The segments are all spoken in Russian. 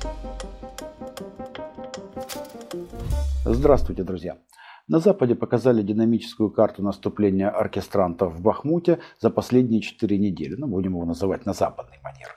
Здравствуйте, друзья! На Западе показали динамическую карту наступления оркестрантов в Бахмуте за последние 4 недели. Будем его называть на западный манер.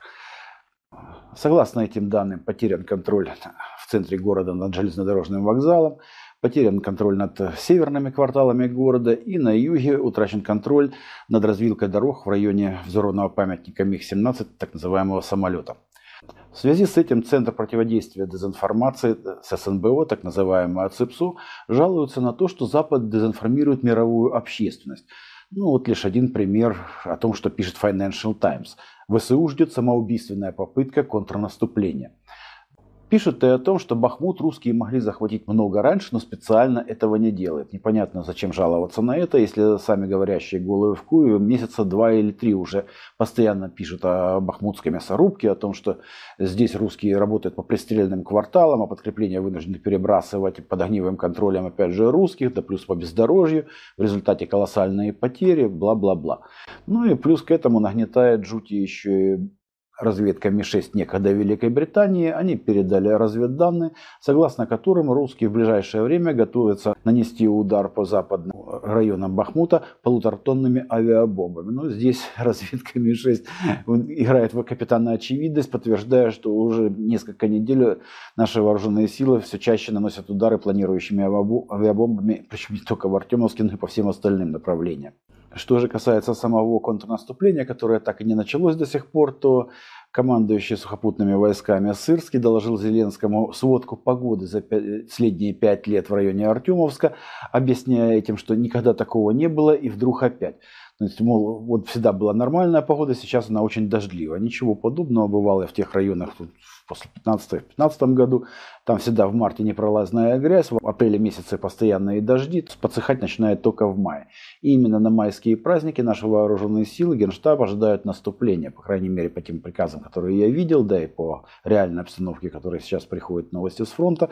Согласно этим данным, потерян контроль в центре города над железнодорожным вокзалом, потерян контроль над северными кварталами города, и на юге утрачен контроль над развилкой дорог в районе взорванного памятника МиГ-17, так называемого самолета. В связи с этим Центр противодействия дезинформации с СНБО, так называемый ЦИПСУ, жалуются на то, что Запад дезинформирует мировую общественность. Лишь один пример о том, что пишет Financial Times. ВСУ ждет самоубийственная попытка контрнаступления. Пишут и о том, что Бахмут русские могли захватить много раньше, но специально этого не делают. Непонятно, зачем жаловаться на это, если сами говорящие головы в кую месяца 2 или 3 уже постоянно пишут о бахмутской мясорубке, о том, что здесь русские работают по пристрельным кварталам, а подкрепления вынуждены перебрасывать под огневым контролем опять же русских, да плюс по бездорожью, в результате колоссальные потери, бла-бла-бла. И плюс к этому нагнетает жути еще и разведка Ми-6 некогда Великой Британии. Они передали разведданные, согласно которым русские в ближайшее время готовятся нанести удар по западным районам Бахмута полуторатонными авиабомбами. Здесь разведка Ми-6 играет в капитана очевидность, подтверждая, что уже несколько недель наши вооруженные силы все чаще наносят удары планирующими авиабомбами, причем не только в Артемовске, но и по всем остальным направлениям. Что же касается самого контрнаступления, которое так и не началось до сих пор, то командующий сухопутными войсками Сырский доложил Зеленскому сводку погоды за последние 5 лет в районе Артемовска, объясняя этим, что никогда такого не было и вдруг опять. То есть, вот всегда была нормальная погода, сейчас она очень дождливая. Ничего подобного бывало в тех районах после 2015 году. Там всегда в марте непролазная грязь, в апреле месяце постоянные дожди, подсыхать начинает только в мае. И именно на майские праздники наши вооруженные силы, Генштаб ожидают наступления, по крайней мере по тем приказам, которые я видел, да и по реальной обстановке, которая сейчас приходит новости с фронта.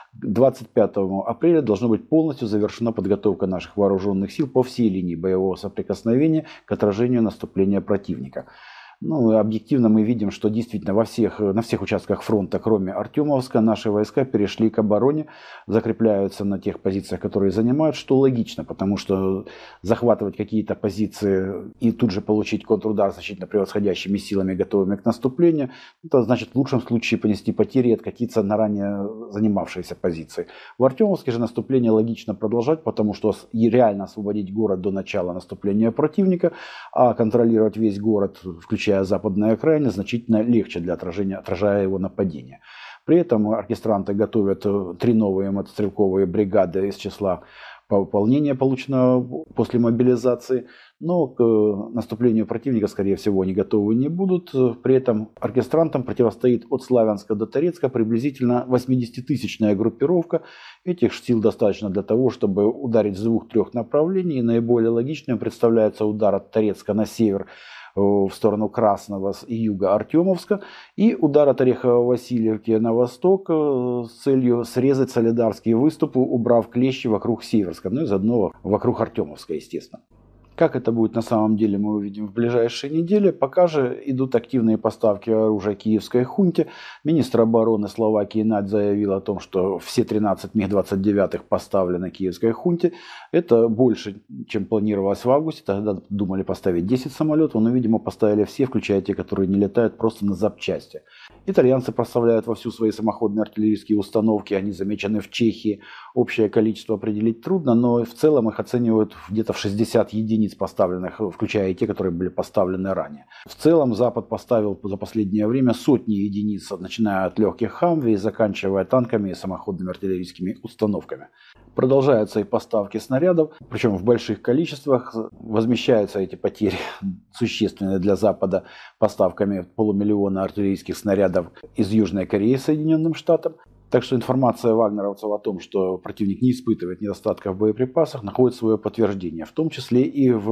25 апреля должна быть полностью завершена подготовка наших вооруженных сил по всей линии боевого соприкосновения к отражению наступления противника. Объективно мы видим, что действительно на всех участках фронта, кроме Артемовска, наши войска перешли к обороне, закрепляются на тех позициях, которые занимают, что логично, потому что захватывать какие-то позиции и тут же получить контрудар значительно превосходящими силами, готовыми к наступлению, это значит в лучшем случае понести потери и откатиться на ранее занимавшиеся позиции. В Артемовске же наступление логично продолжать, потому что реально освободить город до начала наступления противника, а контролировать весь город, включая западная окраина, значительно легче для отражая его нападение. При этом оркестранты готовят 3 новые мотострелковые бригады из числа пополнения, полученного после мобилизации. Но к наступлению противника, скорее всего, они готовы не будут. При этом оркестрантам противостоит от Славянска до Торецка приблизительно 80-тысячная группировка. Этих сил достаточно для того, чтобы ударить с 2-3 направлений. Наиболее логичным представляется удар от Торецка на север в сторону Красного и юга Артемовска, и удар от Орехово-Васильевки на восток с целью срезать солидарские выступы, убрав клещи вокруг Северска, и заодно вокруг Артемовска, естественно. Как это будет на самом деле, мы увидим в ближайшие недели. Пока же идут активные поставки оружия киевской хунте. Министр обороны Словакии Надь заявил о том, что все 13 МиГ-29 поставлены киевской хунте. Это больше, чем планировалось в августе. Тогда думали поставить 10 самолетов, но, видимо, поставили все, включая те, которые не летают, просто на запчасти. Итальянцы поставляют вовсю свои самоходные артиллерийские установки. Они замечены в Чехии. Общее количество определить трудно, но в целом их оценивают где-то в 60 единиц поставленных, включая и те, которые были поставлены ранее. В целом Запад поставил за последнее время сотни единиц, начиная от легких «Хамви» и заканчивая танками и самоходными артиллерийскими установками. Продолжаются и поставки снарядов, причем в больших количествах. Возмещаются эти потери существенные для Запада поставками полумиллиона артиллерийских снарядов из Южной Кореи Соединенным Штатам. Так что информация вагнеровцев о том, что противник не испытывает недостатка в боеприпасах, находит свое подтверждение, в том числе и в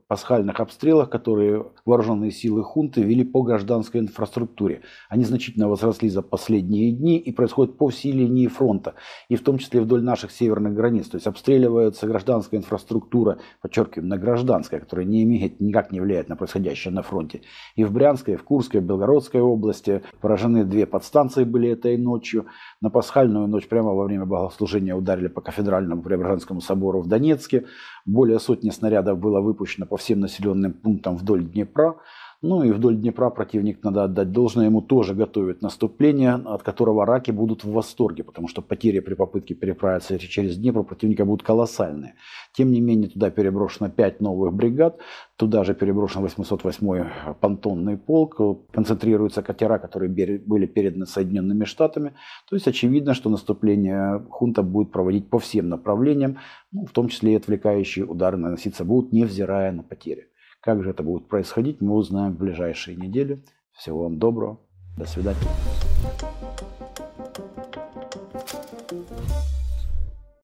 пасхальных обстрелах, которые вооруженные силы хунты вели по гражданской инфраструктуре. Они значительно возросли за последние дни и происходят по всей линии фронта, и в том числе вдоль наших северных границ. То есть обстреливается гражданская инфраструктура, подчеркиваем, на гражданская, которая никак не влияет на происходящее на фронте. И в Брянской, и в Курской, и в Белгородской области поражены 2 подстанции были этой ночью. На пасхальную ночь прямо во время богослужения ударили по кафедральному Преображенскому собору в Донецке. Более сотни снарядов было выпущено по всем населенным пунктам вдоль Днепра. Ну и вдоль Днепра противник, надо отдать должное, ему тоже готовит наступление, от которого раки будут в восторге, потому что потери при попытке переправиться через Днепр у противника будут колоссальные. Тем не менее, туда переброшено 5 новых бригад, туда же переброшен 808-й понтонный полк, концентрируются катера, которые были переданы Соединенными Штатами. То есть очевидно, что наступление хунта будет проводить по всем направлениям, в том числе и отвлекающие удары наноситься будут, невзирая на потери. Как же это будет происходить, мы узнаем в ближайшие недели. Всего вам доброго. До свидания.